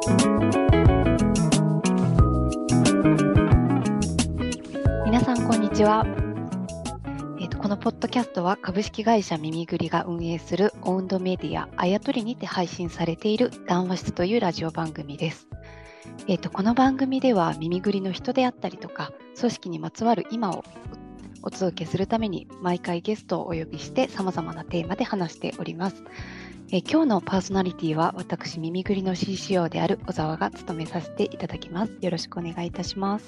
皆さんこんにちは。このポッドキャストは株式会社耳ぐりが運営するオウンドメディアあやとりにて配信されている談話室というラジオ番組です。この番組では耳ぐりの人であったりとか組織にまつわる今をお届けするために毎回ゲストをお呼びしてさまざまなテーマで話しております。今日のパーソナリティは私耳ぐりの CCO である小沢が務めさせていただきます。よろしくお願いいたします。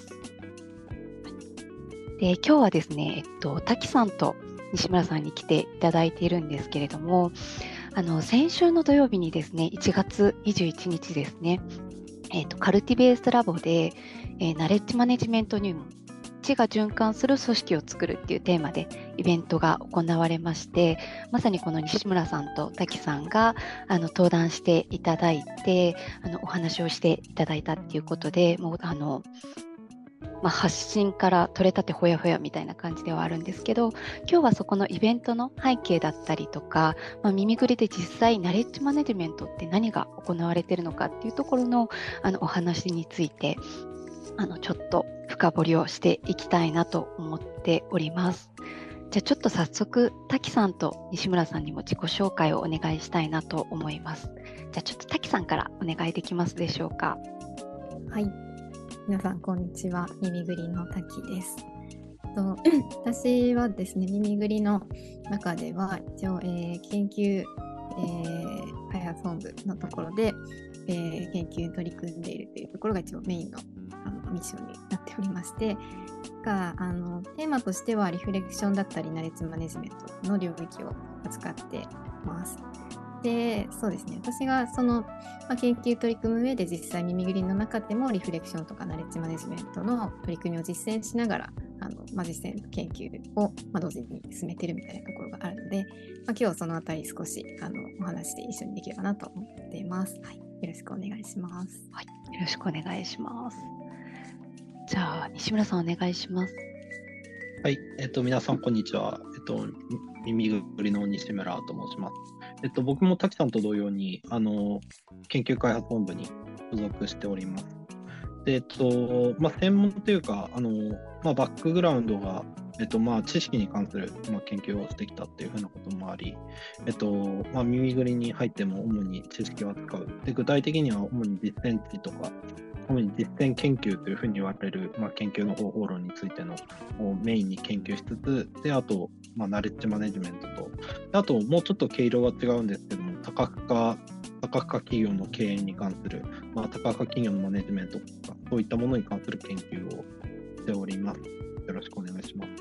で今日はですね、滝さんと西村さんに来ていただいているんですけれども、先週の土曜日にですね、1月21日ですね、カルティベースラボで、ナレッジマネジメント入門、知が循環する組織を作るっていうテーマでイベントが行われまして、まさにこの西村さんと滝さんが登壇していただいて、お話をしていただいたっていうことで、もう発信から取れたてほやほやみたいな感じではあるんですけど、今日はそこのイベントの背景だったりとか、耳ぐりで実際ナレッジマネジメントって何が行われているのかっていうところの、お話についてちょっと深掘りをしていきたいなと思っております。じゃあちょっと早速滝さんと西村さんにも自己紹介をお願いしたいなと思います。じゃあちょっと滝さんからお願いできますでしょうか。 はい、皆さんこんにちは。耳ぐりの滝です。私はですね、耳ぐりの中では一応、研究、開発本部のところで、研究に取り組んでいるというところが一応メインのミッションになっておりまして、テーマとしてはリフレクションだったりナレッジマネジメントの領域を扱っています。で、そうですね、私がその、研究取り組む上で実際耳ぐりの中でもリフレクションとかナレッジマネジメントの取り組みを実践しながら実践研究を、同時に進めているみたいなところがあるので、今日そのあたり少しお話で一緒にできればなと思っています。はい、よろしくお願いします。 はい、よろしくお願いします。じゃあ西村さんお願いします。 はい、皆さんこんにちは。耳ぐりの西村と申します。僕も滝さんと同様に研究開発本部に所属しております。で、専門というかバックグラウンドが知識に関する研究をしてきたっていうふうなこともあり、耳ぐりに入っても主に知識を扱う。で、具体的には主に実践値とか主に実践研究というふうに言われる、研究の方法論についてのをメインに研究しつつ、で、あと、ナレッジマネジメントと、あと、もうちょっと毛色は違うんですけども、多角化企業の経営に関する、多角化企業のマネジメントとか、そういったものに関する研究をしております。よろしくお願いします。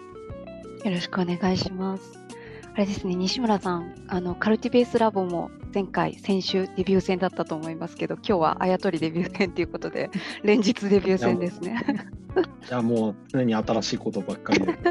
よろしくお願いします。あれですね、西村さん、カルティベースラボも先週デビュー戦だったと思いますけど、今日はあやとりデビュー戦ということで、連日デビュー戦ですね。 いや、もう常に新しいことばっかりで。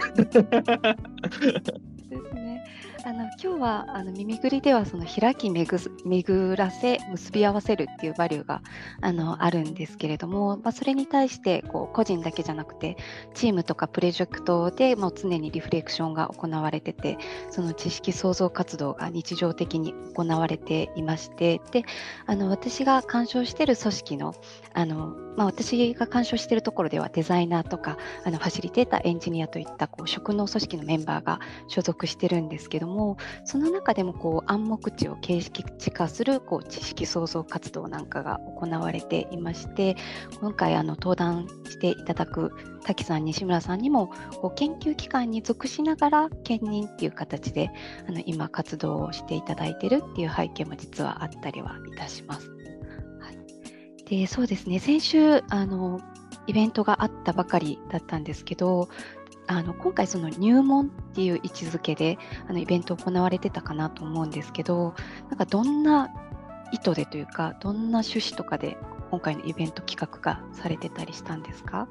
ですね。今日は耳ぐりではその開き巡らせ結び合わせるっていうバリューがあるんですけれども、それに対して個人だけじゃなくてチームとかプロジェクトでもう常にリフレクションが行われてて、その知識創造活動が日常的に行われていまして、で私が鑑賞している組織の私が鑑賞しているところではデザイナーとかファシリテーター、エンジニアといった職能組織のメンバーが所属してるんですけども、その中でも暗黙知を形式化する知識創造活動なんかが行われていまして、今回登壇していただく滝さん、西村さんにも研究機関に属しながら兼任っていう形で今活動をしていただいているっていう背景も実はあったりはいたします。で、そうですね、先週イベントがあったばかりだったんですけど、今回その入門っていう位置づけでイベント行われてたかなと思うんですけど、なんかどんな意図でというか、どんな趣旨とかで今回のイベント企画がされてたりしたんですか？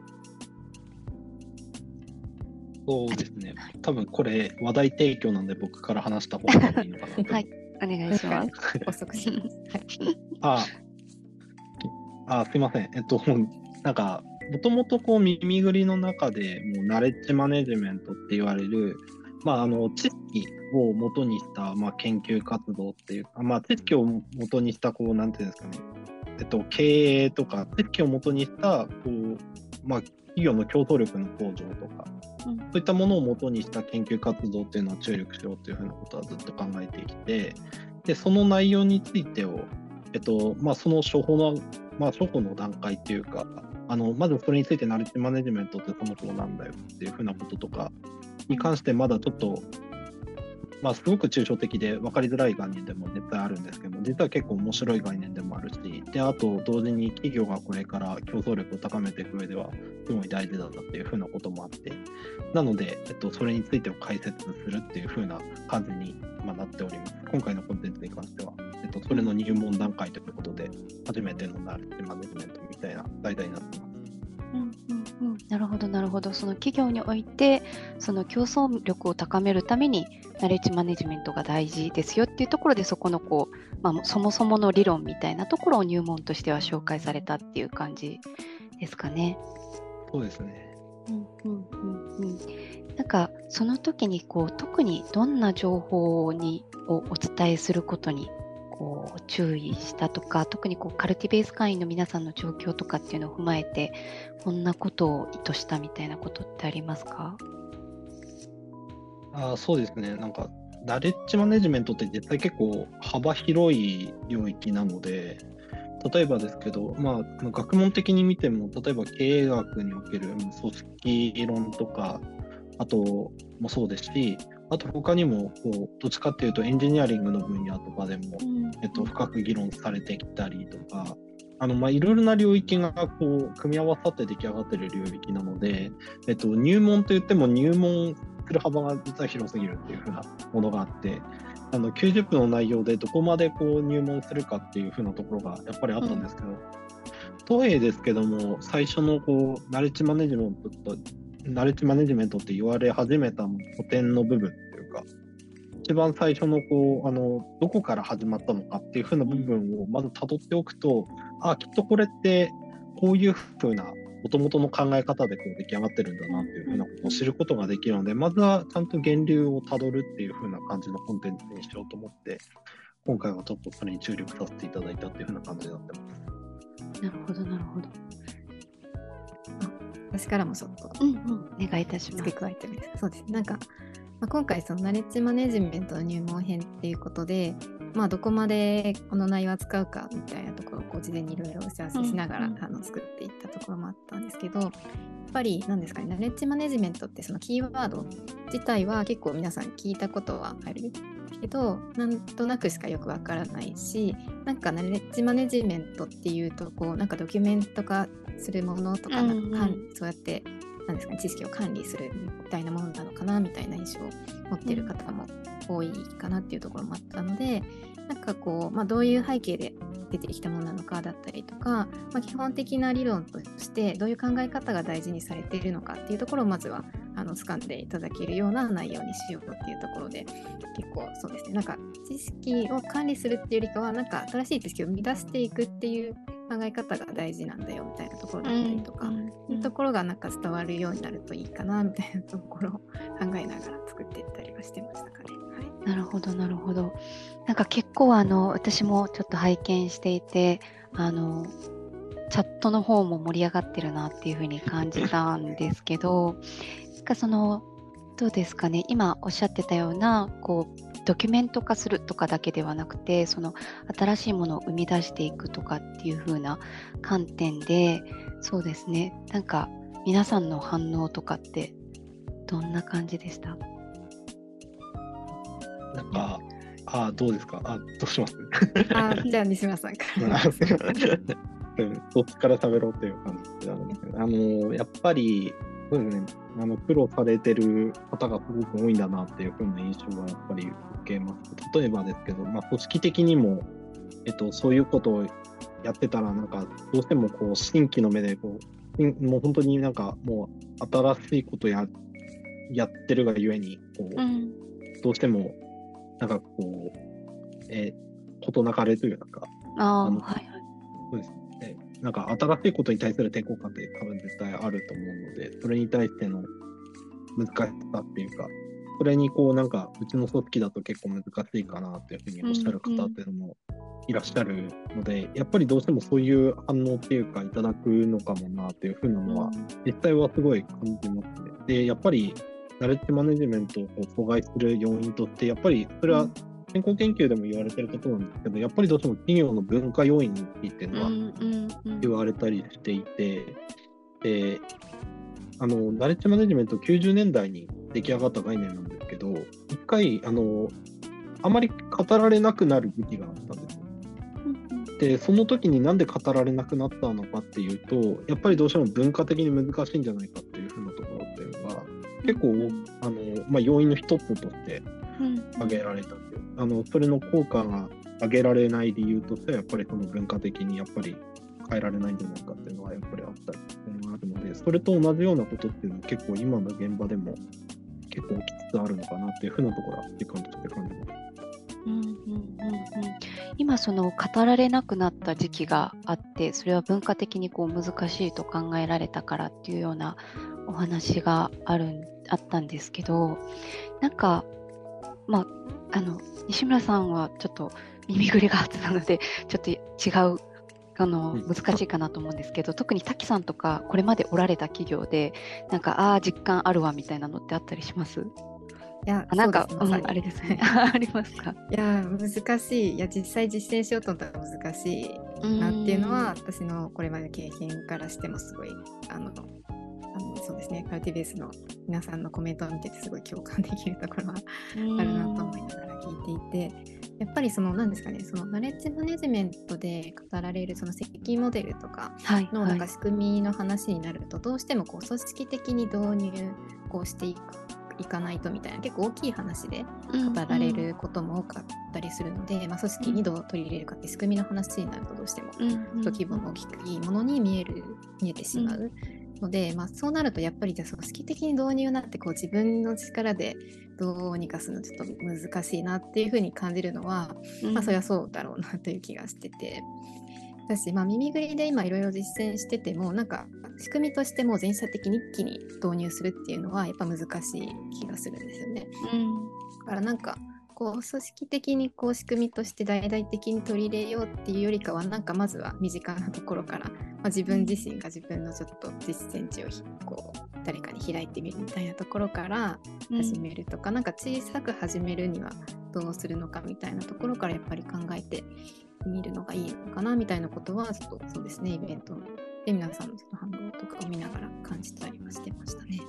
そうですね、多分これ話題提供なんで僕から話した方がいいのかなと。 はい、お願いします。 補足します。 すいません。なんか、もともと耳ぐりの中でもうナレッジマネジメントって言われる、知識を元にした、研究活動っていうか、知識を元にした、なんていうんですかね、 経営とか知識をもとにした企業の競争力の向上とか、そういったものをもとにした研究活動っていうのを注力しようというふうなことはずっと考えてきて、でその内容についてを、その処方の段階っていうか、まずそれについてナレッジマネジメントってそもそもなんだよっていうふうなこととかに関してまだちょっと、すごく抽象的で分かりづらい概念でも絶対あるんですけども、実は結構面白い概念でもあるし、であと同時に企業がこれから競争力を高めていく上ではすごい大事だったっていうふうなこともあって、なので、それについてを解説するっていうふうな感じになっております。今回のコンテンツに関しては、それの入門段階ということで、初めてのナレッジマネジメントみたいな題材になってます。 なるほどなるほど。その企業においてその競争力を高めるためにナレッジマネジメントが大事ですよっていうところで、そこのそもそもの理論みたいなところを入門としては紹介されたっていう感じですかね。 そうですね。 なんかその時に特にどんな情報をお伝えすることに注意したとか、特にカルティベース会員の皆さんの状況とかっていうのを踏まえて、こんなことを意図したみたいなことってありますか？ そうですね。なんかナレッジマネジメントって実際結構幅広い領域なので、例えばですけど、学問的に見ても、例えば経営学における組織論とか、あともそうですし、あと他にもどっちかっていうとエンジニアリングの分野とかでも、深く議論されてきたりとか、いろいろな領域が組み合わさって出来上がっている領域なので、入門といっても入門する幅が実は広すぎるっていう風なものがあって、90分の内容でどこまで入門するかっていう風なところがやっぱりあったんですけど、とはいえですけども、最初のナレッジマネジメントって言われ始めた古典の部分っていうか、一番最初のどこから始まったのかっていう風な部分をまず辿っておくと、きっとこれってこういう風な元々の考え方で出来上がってるんだなっていう風なことを知ることができるので、まずはちゃんと源流を辿るっていう風な感じのコンテンツにしようと思って、今回はちょっとそれに注力させていただいたっていう風な感じになってます。 なるほどなるほど。 私からもちょっとお願いいたします。 付け加えてみます。そうです。なんか、今回そのナレッジマネジメントの入門編っていうことで、どこまでこの内容を扱うかみたいなところを事前にいろいろ打ち合わせしながら、作っていったところもあったんですけど、やっぱり何ですかね、ナレッジマネジメントってそのキーワード自体は結構皆さん聞いたことはあるけど、なんとなくしかよくわからないし、なんかナレッジマネジメントっていうとなんかドキュメント化するものとか、そうやってなんですかね、知識を管理するみたいなものなのかなみたいな印象を持っている方も多いかなっていうところもあったので、なんかどういう背景で出てきたものなのかだったりとか、基本的な理論としてどういう考え方が大事にされているのかっていうところをまずは掴んでいただけるような内容にしようっていうところで、結構そうですね、なんか知識を管理するっていうよりかは、なんか新しい知識を生み出していくっていう考え方が大事なんだよみたいなところだったりとか、いうところがなんか伝わるようになるといいかなみたいなところを考えながら作っていったりはしてましたかね。 なるほどなるほど。なんか結構私もちょっと拝見していて、チャットの方も盛り上がってるなっていう風に感じたんですけど、なんかどうですかね、今おっしゃってたようなドキュメント化するとかだけではなくて、新しいものを生み出していくとかっていう風な観点で、そうですね、なんか皆さんの反応とかってどんな感じでした？ なんかどうですか？どうします？ じゃあ西村さんからどっちから喋ろうっていう感じなんですけど、やっぱりそうですね、苦労されてる方がすごく多いんだなっていう風な印象はやっぱり受けます。例えばですけど、組織的にも、そういうことをやってたら、なんかどうしても新規の目でもう本当になんかもう新しいことやってるがゆえにどうしてもなんか事なかれというか、そうですね。なんか新しいことに対する抵抗感って多分絶対あると思うので、それに対しての難しさっていうか、それになんかうちの組織だと結構難しいかなっていうふうにおっしゃる方っていうのもいらっしゃるので、やっぱりどうしてもそういう反応っていうかいただくのかもなっていうふうなのは、実際はすごい感じますね。で、やっぱりナレッジマネジメントを阻害する要因として、やっぱりそれは先行研究でも言われてることなんですけど、やっぱりどうしても企業の文化要因についてのは言われたりしていて、で、ナレッジマネジメント90年代に出来上がった概念なんですけど、一回あまり語られなくなる時期があったんですよ。で、その時になんで語られなくなったのかっていうと、やっぱりどうしても文化的に難しいんじゃないかっていうふうなところっていうのが結構要因の一つとして挙げられたっていう、それの効果が上げられない理由としては、やっぱりその文化的にやっぱり変えられないんじゃないかっていうのはやっぱりあったりっていうのがあるので、それと同じようなことっていうのは結構今の現場でも結構起きつつあるのかなっていうふうなところは実感として感じます。 今その語られなくなった時期があって、それは文化的にこう難しいと考えられたからっていうようなお話があったんですけど、なんか西村さんはちょっと耳ぐりが初なのでちょっと違う難しいかなと思うんですけど、特に滝さんとかこれまでおられた企業でなんか実感あるわみたいなのってあったりします？ いや、 なんか、 そうですね、 あれですね。ありますか？ いや、難しい。いや、実際実践しようと思ったら難しいなっていうのは、私のこれまでの経験からしてもすごい、そうですね、カルティベースの皆さんのコメントを見ててすごい共感できるところはあるなと思いながら聞いていて、やっぱり何ですかね、そのナレッジマネジメントで語られるその責任モデルとかのなんか仕組みの話になると、どうしてもこう組織的に導入していかないとみたいな結構大きい話で語られることも多かったりするので、組織にどう取り入れるかって仕組みの話になるとどうしても規模の大きいものに見えてしまうので、そうなるとやっぱりじゃあ組織的に導入になって自分の力でどうにかするのちょっと難しいなっていうふうに感じるのは、そりゃそうだろうなという気がしてて。私、耳ぐりで今いろいろ実践しててもなんか仕組みとしても全社的に一気に導入するっていうのはやっぱ難しい気がするんですよね。だからなんか組織的に仕組みとして大々的に取り入れようっていうよりかはなんかまずは身近なところから、自分自身が自分のちょっと実践値を誰かに開いてみるみたいなところから始めるとか、なんか小さく始めるにはどうするのかみたいなところからやっぱり考えて見るのがいいのかなみたいなことはちょっとそうですね、イベントで皆さんの反応とかを見ながら感じたりはしてましたね。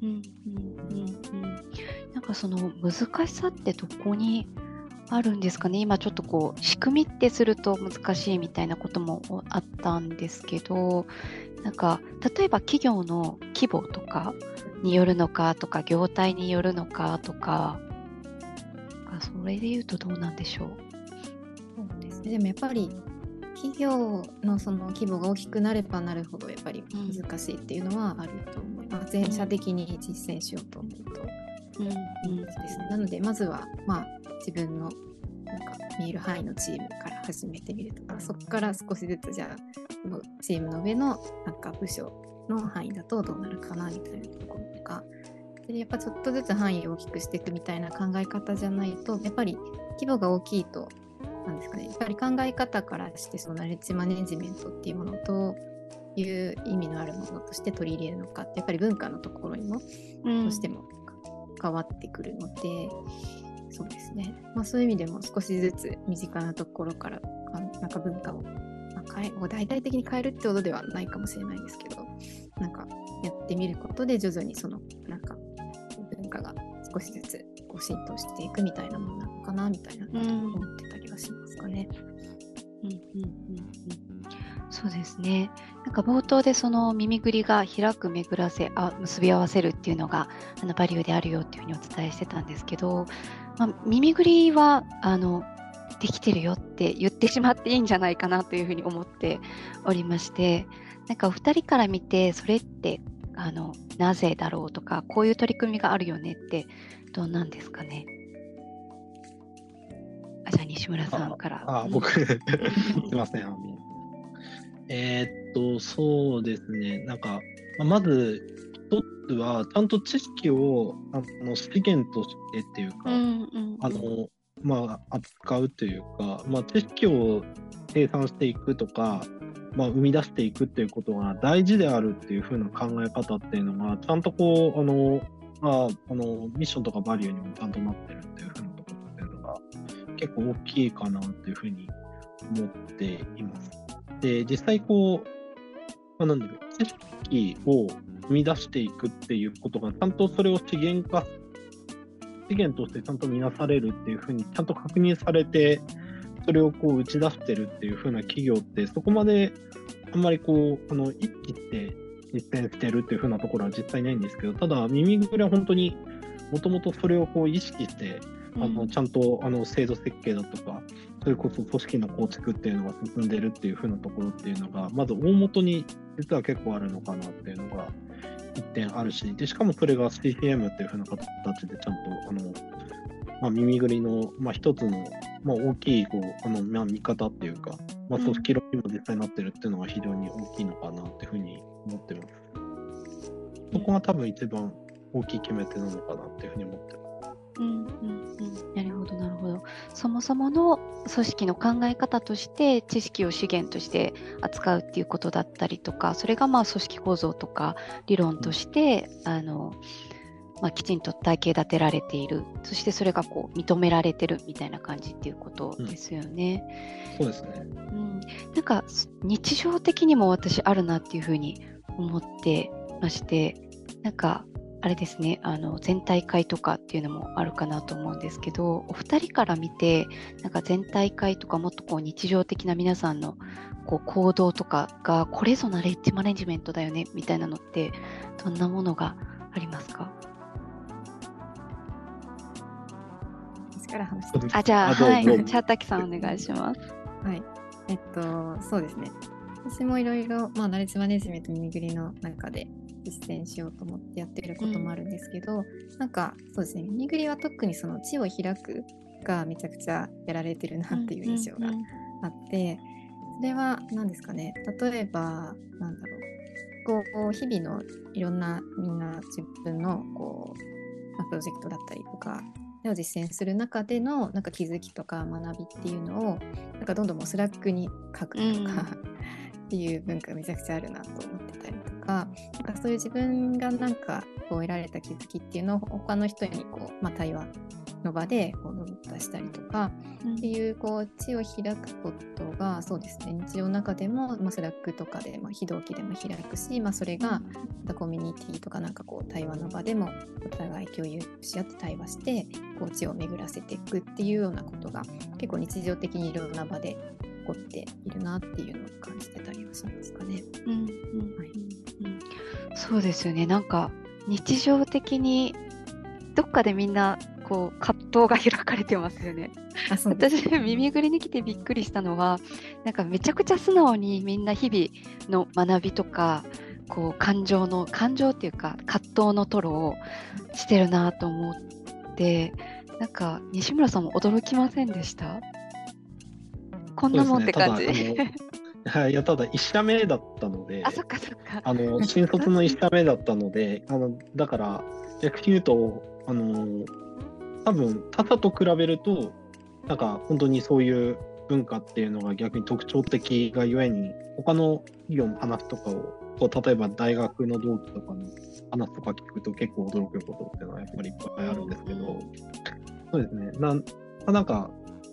なんかその難しさってどこにあるんですかね。今ちょっと仕組みってすると難しいみたいなこともあったんですけど、なんか例えば企業の規模とかによるのかとか業態によるのかとか、それで言うとどうなんでしょう。 そうですね。でもやっぱり企業のその規模が大きくなればなるほどやっぱり難しいっていうのはあると思います。全社的に実践しようと思うと。ですね。なのでまずは自分のなんか見える範囲のチームから始めてみるとか、そこから少しずつじゃあそのチームの上のなんか部署の範囲だとどうなるかなみたいなところとか、でやっぱちょっとずつ範囲を大きくしていくみたいな考え方じゃないと、やっぱり規模が大きいとなんですかね、やっぱり考え方からしてそのナレッジマネジメントっていうものという意味のあるものとして取り入れるのかってやっぱり文化のところにもどうしても変わってくるので、そうですね、そういう意味でも少しずつ身近なところからなんか文化を、大々的に変えるってことではないかもしれないですけど、なんかやってみることで徐々にそのなんか文化が少しずつ浸透していくみたいなものなのかなみたいなことを思ってたりはしますかね。 そうですね。なんか冒頭でその耳ぐりが開く、巡らせ、結び合わせるっていうのがバリューであるよっていうふうにお伝えしてたんですけど、耳ぐりはできてるよって言ってしまっていいんじゃないかなというふうに思っておりまして、なんかお二人から見てそれってなぜだろうとか、こういう取り組みがあるよねってどうなんですかね。じゃあ西村さんから。 僕すいません。そうですね。なんか、まず一つはちゃんと知識を資源としてっていうか、 扱うというか、知識を生産していくとか、生み出していくっていうことが大事であるっていう風な考え方っていうのが、ちゃんとミッションとかバリューにもちゃんとなってるっていう風なところっていうのが結構大きいかなっていう風に思っています。で、実際知識を生み出していくっていうことが、ちゃんとそれを資源としてちゃんと見なされるっていう風にちゃんと確認されて、それを打ち出してるっていう風な企業って、そこまであんまり一気して実践してるっていう風なところは実際ないんですけど、ただ耳ぐりは本当にもともとそれを意識してちゃんと制度設計だとか、それこそ組織の構築っていうのが進んでるっていう風なところっていうのが、まず大元に実は結構あるのかなっていうのが一点あるし、でしかもそれが CCM っていう風な形でちゃんと耳ぐりの一つの大きい見方っていうか、組織論にも実際になってるっていうのが非常に大きいのかなっていう風に思ってます。そこが多分一番大きい決め手なのかなっていう風に思ってます。 なるほどなるほど。そもそもの組織の考え方として知識を資源として扱うっていうことだったりとか、それが組織構造とか理論として、きちんと体系立てられている、そしてそれが認められてるみたいな感じっていうことですよね。 そうですね。 なんか日常的にも私あるなっていうふうに思ってまして、なんかあれですね、全体会とかっていうのもあるかなと思うんですけど、お二人から見てなんか全体会とかもっと日常的な皆さんの行動とかがこれぞナレッジマネジメントだよねみたいなのってどんなものがありますか？ 私から話してじゃあはい茶滝さんお願いします。 はい、そうですね。私もいろいろナレッジマネジメント耳ぐりの中で実践しようと思ってやってることもあるんですけど、なんかそうですね、耳ぐりは特にその知を開くがめちゃくちゃやられてるなっていう印象があって、それは何ですかね、例えば日々のいろんなみんな自分のプロジェクトだったりとかを実践する中でのなんか気づきとか学びっていうのをなんかどんどんもうスラックに書くとか、っていう文化がめちゃくちゃあるなと思ってたりとか、なんかそういう自分がなんか得られた気づきっていうのを他の人に対話の場で出したりとかっていう知を開くことがそうですね、日常の中でもスラックとかで非同期でも開くし、それがまたコミュニティとかなんか対話の場でもお互い共有し合って対話して知を巡らせていくっていうようなことが結構日常的にいろんな場で起こっているなっていうのを感じてたりはしますかね。 そうですよね。なんか日常的にどっかでみんな葛藤が開かれてますよね。私耳ぐりに来てびっくりしたのは、なんかめちゃくちゃ素直にみんな日々の学びとか感情っていうか葛藤の吐露をしてるなと思って、なんか西村さんも驚きませんでした？こんなもんって感じ。 いやただ1社目だったので、 そっかそっか。 新卒の1社目だったので、だから逆に言うと多分他社と比べるとなんか本当にそういう文化っていうのが逆に特徴的がゆえに、他の企業の話とかを例えば大学の同期とかの話とか聞くと結構驚くことっていうのはやっぱりいっぱいあるんですけど、そうですね、なんか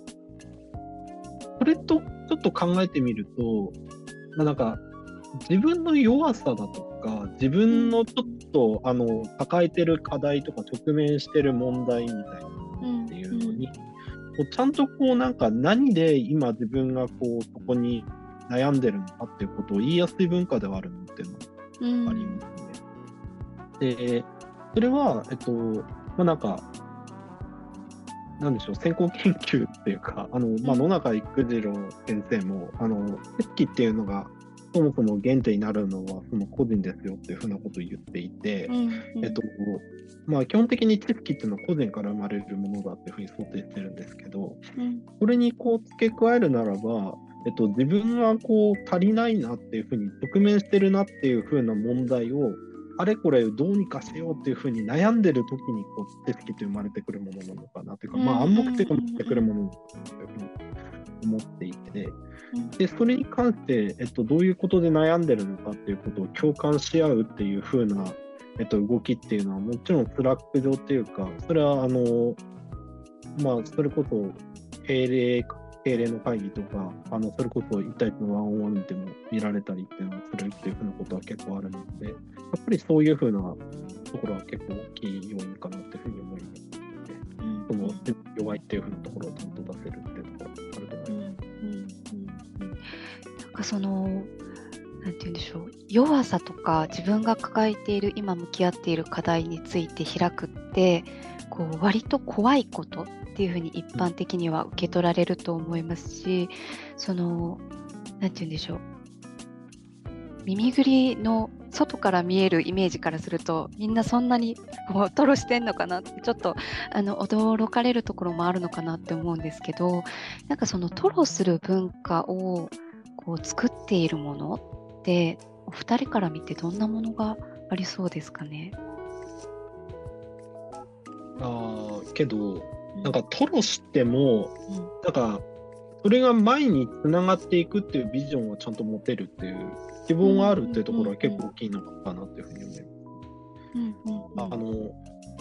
それとちょっと考えてみると、なんか自分の弱さだとか自分のちょっと抱えてる課題とか直面してる問題みたいなっていうのに、ちゃんとなんか何で今自分がそこに悩んでるのかっていうことを言いやすい文化ではあるなっていうのがありますね。でそれはなんかなんでしょう、先行研究っていうか野中育次郎先生も知識っていうのがそもそも原点になるのはその個人ですよっていうふうなことを言っていて、基本的に知識っていうのは個人から生まれるものだっていうふうに想定してるんですけど、それに付け加えるならば、自分が足りないなっていうふうに直面してるなっていうふうな問題をあれこれどうにかしようっていうふうに悩んでる時にこう知識って生まれてくるものなのかなというか、まあ暗黙的に生まれてくるものなのかなというふうに思っていて、でそれに関して、どういうことで悩んでるのかっていうことを共感し合うっていうふうな、動きっていうのはもちろんスラック上っていうか、それはまあそれこそ定例の会議とか、それこそ1対1のワンオンワンでも見られたりっていうのをするっていうふうなことは結構あるので、やっぱりそういうふうなところは結構大きい要因かなっていうふうに思いますので、その弱いっていうふうなところをちゃんと出せるっていうところがあると思います。 なんかそのなんて言うんでしょう、弱さとか自分が抱えている今向き合っている課題について開くってこう割と怖いことっていうふうに一般的には受け取られると思いますし、そのなんて言うんでしょう、耳ぐりの外から見えるイメージからするとみんなそんなにこうトロしてんのかなってちょっと驚かれるところもあるのかなって思うんですけど、なんかそのトロする文化をこう作っているものってお二人から見てどんなものがありそうですかね。 けどなんかトロしても、なんかそれが前につながっていくっていうビジョンをちゃんと持てるっていう希望があるっていうところは結構大きいのかなっていうふうに思います。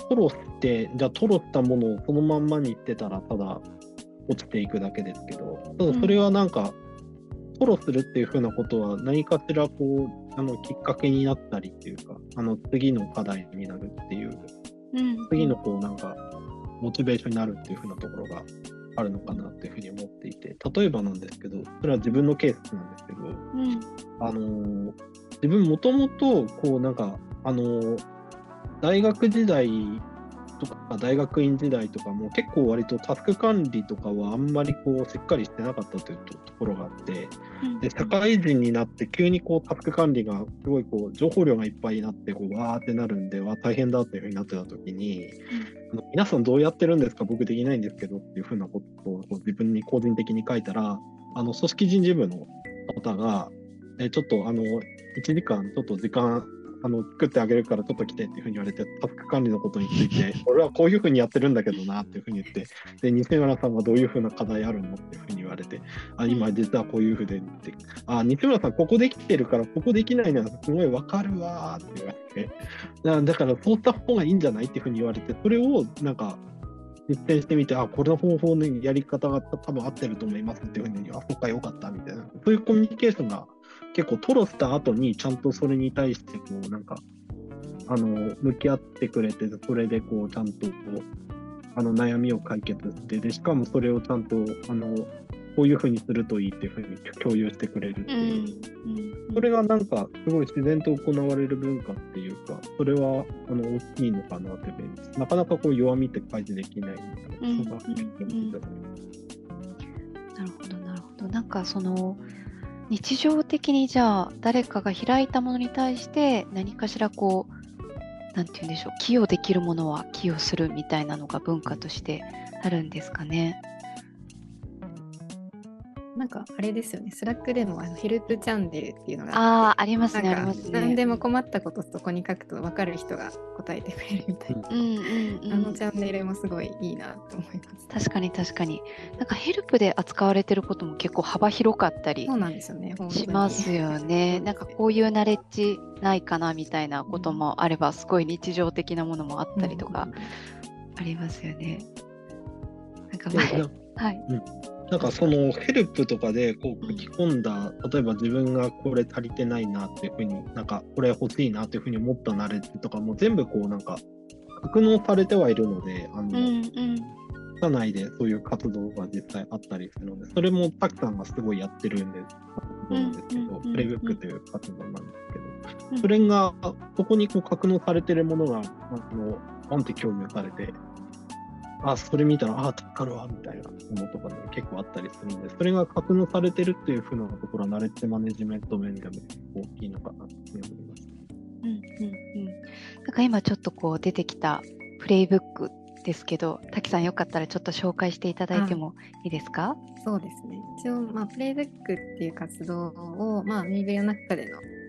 トロってじゃあトロったものをそのまんまに言ってたらただ落ちていくだけですけど、ただそれはなんか、トロするっていうふうなことは何かしらこうきっかけになったりっていうか、次の課題になるっていう、次のこうなんかモチベーションになるっていうふうなところがあるのかなっていうふうに思っていて、例えばなんですけど、それは自分のケースなんですけど、自分もともとこうなんか大学時代とか大学院時代とかも結構割とタスク管理とかはあんまりこうしっかりしてなかったというところがあって、で社会人になって急にこうタスク管理がすごいこう情報量がいっぱいになってこうわーってなるんで大変だっていうふうになってた時に、皆さんどうやってるんですか、僕できないんですけどっていうふうなことをこう自分に個人的に書いたら、組織人事部の方がちょっと1時間ちょっと時間作ってあげるからちょっと来てっていうふうに言われて、タスク管理のことについて俺はこういうふうにやってるんだけどなっていうふうに言って、で西村さんはどういうふうな課題あるのっていうふうに言われて、今実はこういうふうでって、西村さんここできてるからここできないのはすごいわかるわって言われて、だからそうした方がいいんじゃないっていうふうに言われて、それをなんか実践してみて、これの方法のやり方が多分合ってると思いますっていうふうに、そうかよかったみたいな、そういうコミュニケーションが結構トロした後にちゃんとそれに対してこうなんか向き合ってくれて、それでこうちゃんとこう悩みを解決して、でしかもそれをちゃんとこういうふうにするといいっていうふうに共有してくれるっていう、それがなんかすごい自然と行われる文化っていうか、それは大きいのかなっていうふうに、なかなかこう弱みって開示できないのがなるほどなるほど。なんかその日常的にじゃあ誰かが開いたものに対して何かしらこうなんて言うんでしょう、寄与できるものは寄与するみたいなのが文化としてあるんですかね。 なんかあれですよね、スラックでもヘルプチャンネルっていうのがありますね、ありますね。 何でも困ったことそこに書くと分かる人が答えてくれるみたいな、チャンネルもすごいいいなと思います。 確かに確かに、なんかヘルプで扱われてることも結構幅広かったりしますよね。なんかこういうナレッジないかなみたいなこともあれば、すごい日常的なものもあったりとかありますよね。なんかはい。 なんかそのヘルプとかでこう書き込んだ、例えば自分がこれ足りてないなっていうふうに、なんかこれ欲しいなっていうふうに思ったナレッジとかも全部こうなんか格納されてはいるので、社内でそういう活動が実際あったりするので、それも滝さんがすごいやってるんですけど、プレイブックという活動なんですけど、それがそこにこう格納されてるものがバンって共有されて、それ見たら助かるわみたいなものとかね、結構あったりするので、それが格納されてるっていう風なところはナレッジマネジメント面でも大きいのかなと思います。 なんか今ちょっとこう出てきたプレイブックですけど、滝さんよかったらちょっと紹介していただいてもいいですか？ そうですね。一応、プレイブックっていう活動を、耳ぐりの中での、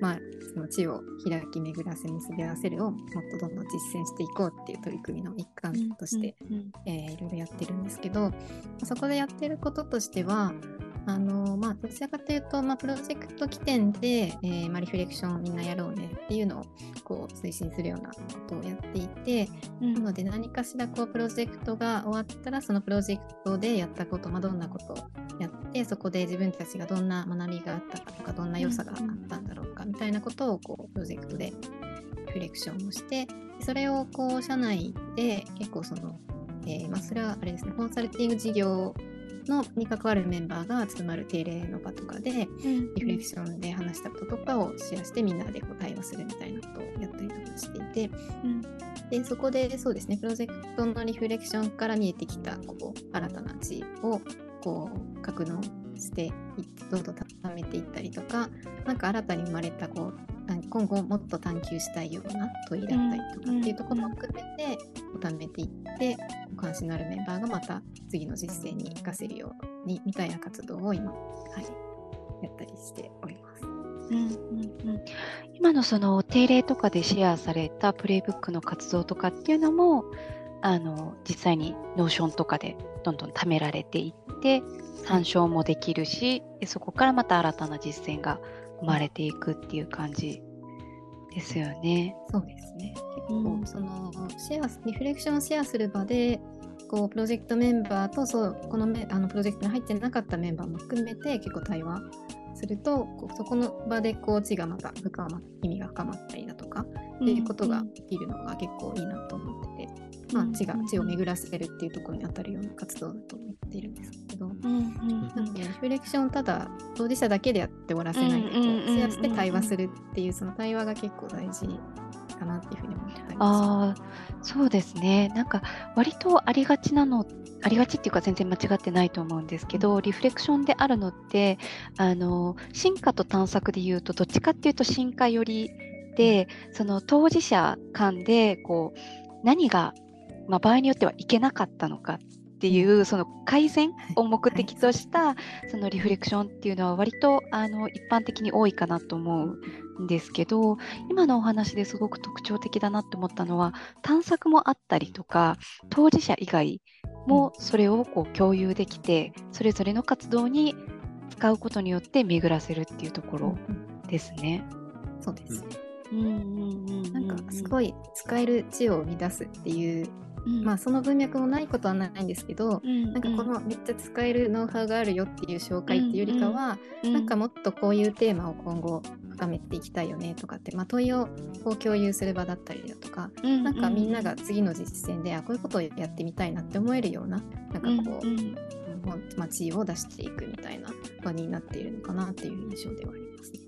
その地を開き巡らせ結び合わせるをもっとどんどん実践していこうっていう取り組みの一環として、いろいろやってるんですけど、そこでやってることとしてはどちらかというと、プロジェクト起点で、リフレクションみんなやろうねっていうのをこう推進するようなことをやっていて、なので何かしらこうプロジェクトが終わったらそのプロジェクトでやったこと、どんなことをやってそこで自分たちがどんな学びがあったかとかどんな良さがあったんだろうかみたいなことをこうプロジェクトでリフレクションをして、それをこう社内で結構その、それはあれですね、コンサルティング事業に関わるメンバーが集まる定例の場とかで、リフレクションで話したこととかをシェアしてみんなでこう対話するみたいなことをやったりとかしていて、でそこでそうですね、プロジェクトのリフレクションから見えてきたこう新たな知をこう格納してどんどん高めていったりとか、なんか新たに生まれたこう今後もっと探求したいような問いだったりとかっていうところを含めて貯めていって、関心のあるメンバーがまた次の実践に活かせるようにみたいな活動を今、やったりしております。 今のその定例とかでシェアされたプレイブックの活動とかっていうのも実際にノーションとかでどんどん貯められていって参照もできるし、でそこからまた新たな実践が生まれていくっていう感じですよね。 そうですね。結構そのリフレクションをシェアする場でこうプロジェクトメンバーとこのプロジェクトに入ってなかったメンバーも含めて結構対話するとそこの場でこう知がまた意味が深まったりだとかっていうことができるのが結構いいなと思ってて、知を巡らせるっていうところに当たるような活動だと思っているんですけど、なのでリフレクションをただ当事者だけでやって終わらせないでシェアして対話するっていうその対話が結構大事かなっていうふうに思ってたりします。 そうですね。なんか割とありがちっていうか全然間違ってないと思うんですけど、リフレクションであるのって進化と探索でいうとどっちかっていうと進化寄りで、その当事者間でこう何が場合によってはいけなかったのかっていうその改善を目的としたそのリフレクションっていうのは割と一般的に多いかなと思うんですけど、今のお話ですごく特徴的だなって思ったのは探索もあったりとか当事者以外もそれをこう共有できてそれぞれの活動に使うことによって巡らせるっていうところですね。 そうですね。なんかすごい使える知を生み出すっていう、その文脈もないことはないんですけど、なんかこのめっちゃ使えるノウハウがあるよっていう紹介っていうよりかは、なんかもっとこういうテーマを今後深めていきたいよねとかって、問いをこう共有する場だったりだとか、なんかみんなが次の実践でこういうことをやってみたいなって思えるような、なんかこう、知を出していくみたいな場になっているのかなっていう印象ではありますね。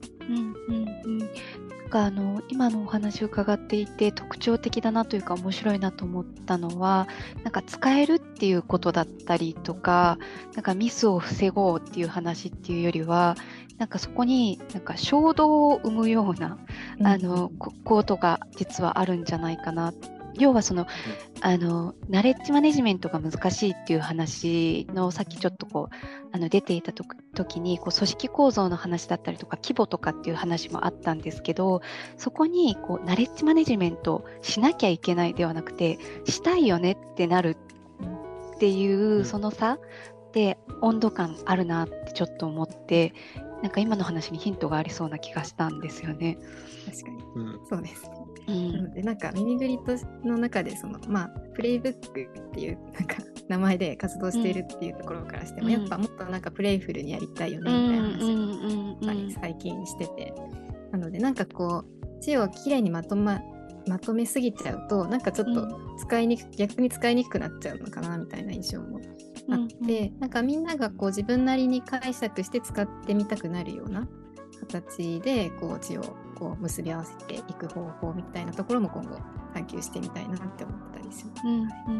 なんか今のお話を伺っていて特徴的だなというか面白いなと思ったのは、なんか使えるっていうことだったりとか、なんかミスを防ごうっていう話っていうよりは、なんかそこになんか衝動を生むようなことが実はあるんじゃないかな。要はそのナレッジマネジメントが難しいっていう話のさっきちょっとこう出ていた時にこう組織構造の話だったりとか規模とかっていう話もあったんですけど、そこにこうナレッジマネジメントしなきゃいけないではなくてしたいよねってなるっていうその差で温度感あるなってちょっと思って、なんか今の話にヒントがありそうな気がしたんですよね。 確かに、そうですね。なのでなんか耳グリの中でそのプレイブックっていうなんか名前で活動しているっていうところからしても、やっぱもっとなんかプレイフルにやりたいよねみたいな話を最近してて、なのでなんかこう知をきれいにまとめすぎちゃうとなんかちょっと逆に使いにくくなっちゃうのかなみたいな印象もあって、なんかみんながこう自分なりに解釈して使ってみたくなるような形でこう知をこう結び合わせていく方法みたいなところも今後探求してみたいなって思ったりします。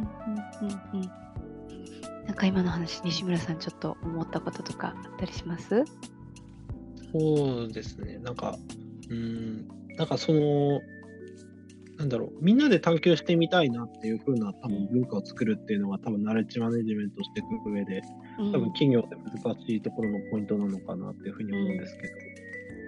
なんか今の話、西村さんちょっと思ったこととかあったりします？ そうですね。なんかそのみんなで探求してみたいなっていう風な多分文化を作るっていうのが多分ナレッジマネジメントしていく上で多分企業で難しいところのポイントなのかなっていうふうに思うんですけど、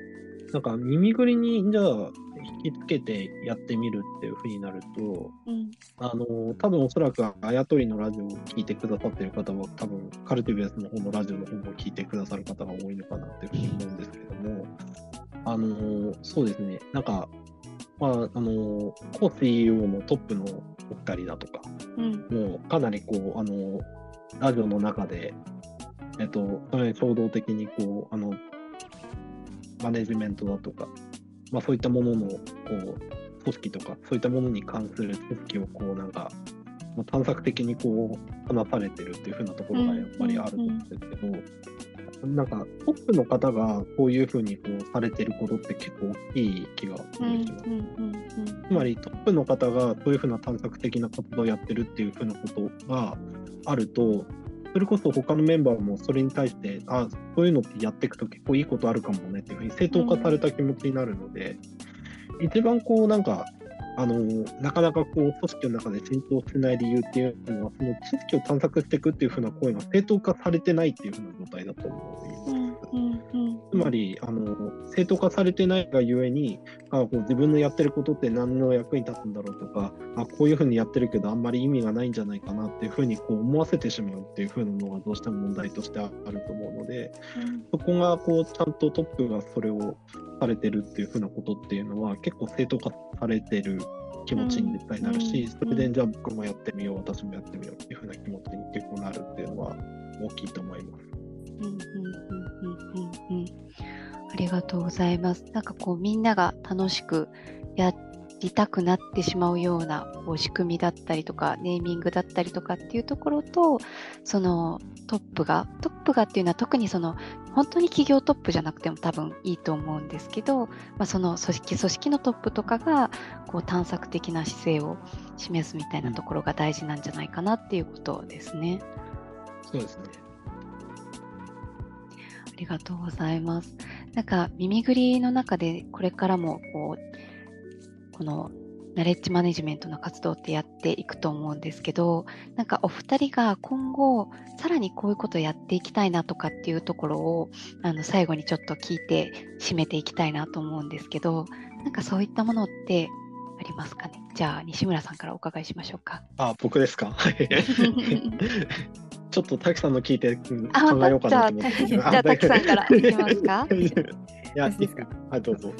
なんか耳ぐりにじゃあ引きつけてやってみるっていうふうになると、多分おそらくあやとりのラジオを聞いてくださってる方は多分カルティベースの方のラジオの方も聞いてくださる方が多いのかなっていうふうに思うんですけども、そうですね、なんか、コー CEO のトップのお二人だとか、もうかなりこう、ラジオの中で、それに衝動的にこう、マネジメントだとか、そういったもののこう組織とか、そういったものに関する知識をこうなんか、探索的にこう話されてるっていう風なところがやっぱりあると思うんですけど、なんかトップの方がこういう風にこうされてることって結構大きい気がするします。つまりトップの方がそういう風な探索的な活動をやってるっていう風なことがあると、それこそ他のメンバーもそれに対して、そういうのってやっていくと結構いいことあるかもねっていうふうに正当化された気持ちになるので、一番こうなんか、なかなかこう組織の中で浸透しない理由っていうのは、その知識を探索していくっていうふうな声が正当化されてないっていうふうな状態だと思います。つまり正当化されてないがゆえにこう自分のやってることって何の役に立つんだろうとか、こういうふうにやってるけどあんまり意味がないんじゃないかなっていうふうにこう思わせてしまうっていうふうなのがどうしても問題としてあると思うので、そこがこうちゃんとトップがそれをされてるっていうふうなことっていうのは結構正当化されてる気持ちに絶対なるし、それでじゃあ僕もやってみよう、私もやってみようっていうふうな気持ちに結構なるっていうのは大きいと思います。 ありがとうございます。なんかこうみんなが楽しくやりたくなってしまうようなこう仕組みだったりとかネーミングだったりとかっていうところと、そのトップがっていうのは特にその本当に企業トップじゃなくても多分いいと思うんですけど、その組織のトップとかがこう探索的な姿勢を示すみたいなところが大事なんじゃないかなっていうことですね。 そうですね。 ありがとうございます。なんか耳ぐりの中でこれからもこのナレッジマネジメントの活動ってやっていくと思うんですけど、なんかお二人が今後さらにこういうことをやっていきたいなとかっていうところを最後にちょっと聞いて締めていきたいなと思うんですけど、なんかそういったものってありますかね。じゃあ西村さんからお伺いしましょうか。 僕ですか。ちょっと滝さんの聞いて考えようかなと思って。 じゃあ滝さんからいきますか。 いや、いいですか。 はい、どうぞ。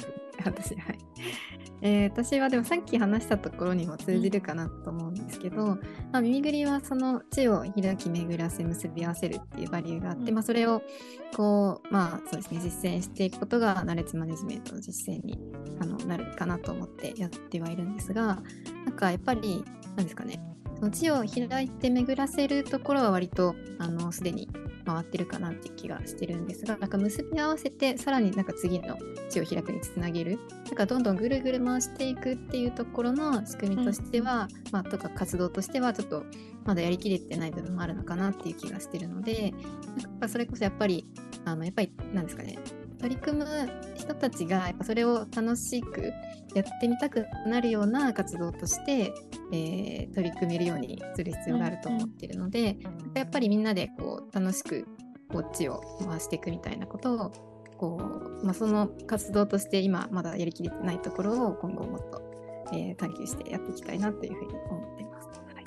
私はでもさっき話したところにも通じるかなと思うんですけど、耳ぐりはその知を開き巡らせ結び合わせるっていうバリューがあって、それをこうそうですね、実践していくことがナレッジマネジメントの実践になるかなと思ってやってはいるんですが、なんかやっぱりなんですかね、その知を開いて巡らせるところは割とすでに回ってるかなっていう気がしてるんですが、なんか結び合わせてさらになんか次の知を開くにつなげる、なんかどんどんぐるぐる回していくっていうところの仕組みとしては、とか活動としてはちょっとまだやりきれてない部分もあるのかなっていう気がしてるので、なんかそれこそやっぱりなんですかね、取り組む人たちがやっぱそれを楽しくやってみたくなるような活動として、取り組めるようにする必要があると思っているので、やっぱりみんなでこう楽しくこっちを回していくみたいなことをこう、その活動として今まだやりきれてないところを今後もっと、探求してやっていきたいなというふうに思っています。はい、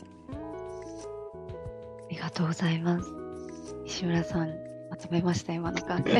ありがとうございます。西村さん、まとめました今の感じ。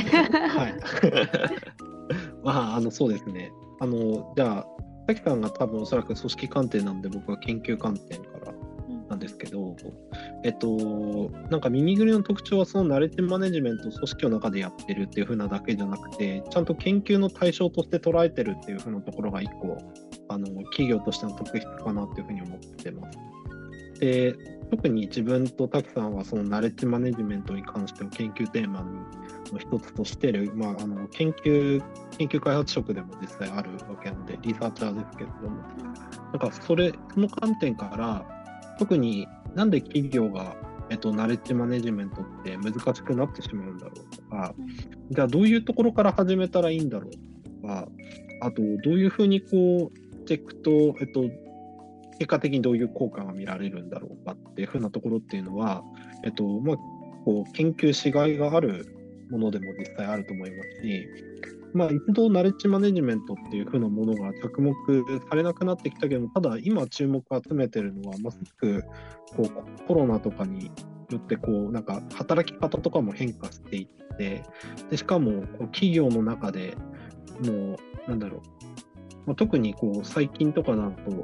はい。そうですね。じゃあ滝さんが多分おそらく組織鑑定なんで僕は研究観点からなんですけど、なんか耳ぐりの特徴はそのナレッジマネジメントを組織の中でやってるっていう風なだけじゃなくて、ちゃんと研究の対象として捉えてるっていう風なところが一個企業としての特筆かなっていう風に思ってます。で、特に自分と滝さんはそのナレッジマネジメントに関しての研究テーマの一つとしてる、研究開発職でも実際あるわけなのでリサーチャーですけれども、なんかその観点から特になんで企業が、ナレッジマネジメントって難しくなってしまうんだろうとか、じゃあどういうところから始めたらいいんだろうとか、あとどういうふうにこうチェックと、結果的にどういう効果が見られるんだろうかっていうふうなところっていうのは、こう研究しがいがあるものでも実際あると思いますし、 まあ、一度ナレッジマネジメントっていう風なものが着目されなくなってきたけど、ただ今注目を集めてるのは、まさしくこうコロナとかによってこうなんか働き方とかも変化していって、でしかもこう企業の中でもうなんだろう、まあ、特にこう最近とかだと、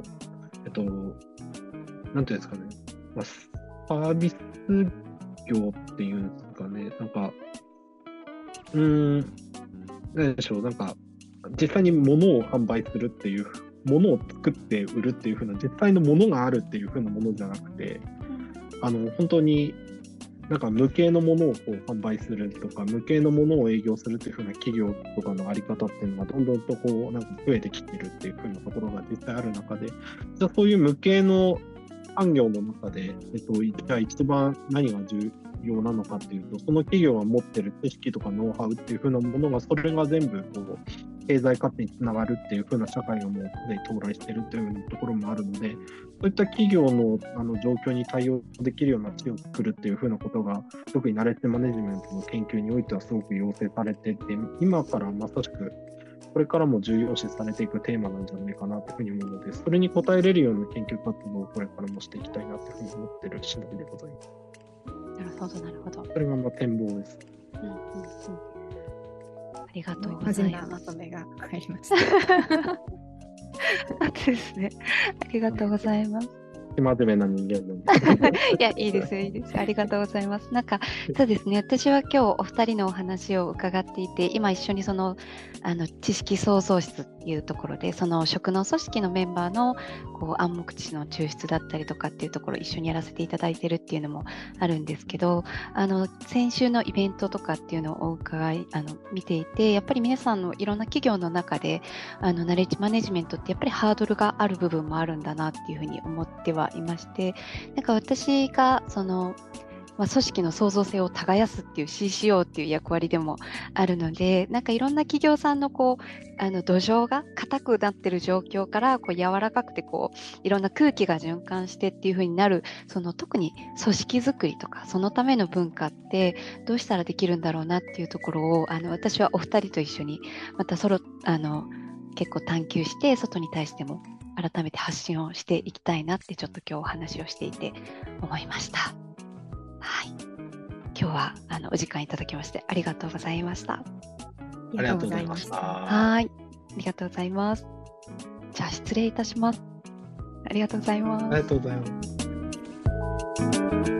なんていうんですかね、まあ、サービス業っていうんですかね、なんか、なんでしょう、なんか、実際に物を販売するっていう、物を作って売るっていう風な、実際の物があるっていう風なものじゃなくて、本当になんか無形のものをこう販売するとか、無形のものを営業するっていう風な企業とかのあり方っていうのがどんどんとこうなんか増えてきてるっていう風なところが実際ある中で、じゃあそういう無形の産業の中で、じゃあ一番何が重要なのかっていうと、その企業が持ってる知識とかノウハウっていう風なものが、それが全部こう経済活性につながるっていう風な社会がもうすでに到来しているというところもあるので、そういった企業の状況に対応できるような地を作るっていう風なことが、特にナレッジマネジメントの研究においてはすごく要請されていて、今からまさしくこれからも重要視されていくテーマなんじゃないかなというふうに思うので、それに応えれるような研究活動をこれからもしていきたいなというふうに思っている次第でございます。 なるほど、なるほど。 それがまあ展望です。 ありがとうございます。 まとめが入りました。 ですね。ありがとうございます。 真面目な人間なんで。 いや、いいですよ、いいですよ。ありがとうございます。なんか、そうですね。私は今日お二人のお話を伺っていて、今一緒にその知識創造室っていうところで、その職能組織のメンバーのこう暗黙知の抽出だったりとかっていうところを一緒にやらせていただいてるっていうのもあるんですけど、先週のイベントとかっていうのをお伺い見ていて、やっぱり皆さんのいろんな企業の中でナレッジマネジメントってやっぱりハードルがある部分もあるんだなっていうふうに思ってはいまして、なんか私がその組織の創造性を耕すっていう CCO っていう役割でもあるので、なんかいろんな企業さんのこう土壌が硬くなってる状況からこう柔らかくてこういろんな空気が循環してっていう風になる、その特に組織づくりとかそのための文化ってどうしたらできるんだろうなっていうところを私はお二人と一緒にまた結構探求して外に対しても改めて発信をしていきたいなってちょっと今日お話をしていて思いました。はい、今日はお時間いただきましてありがとうございました。 ありがとうございました。 はい、ありがとうございます。じゃあ失礼いたします。ありがとうございます。 ありがとうございます。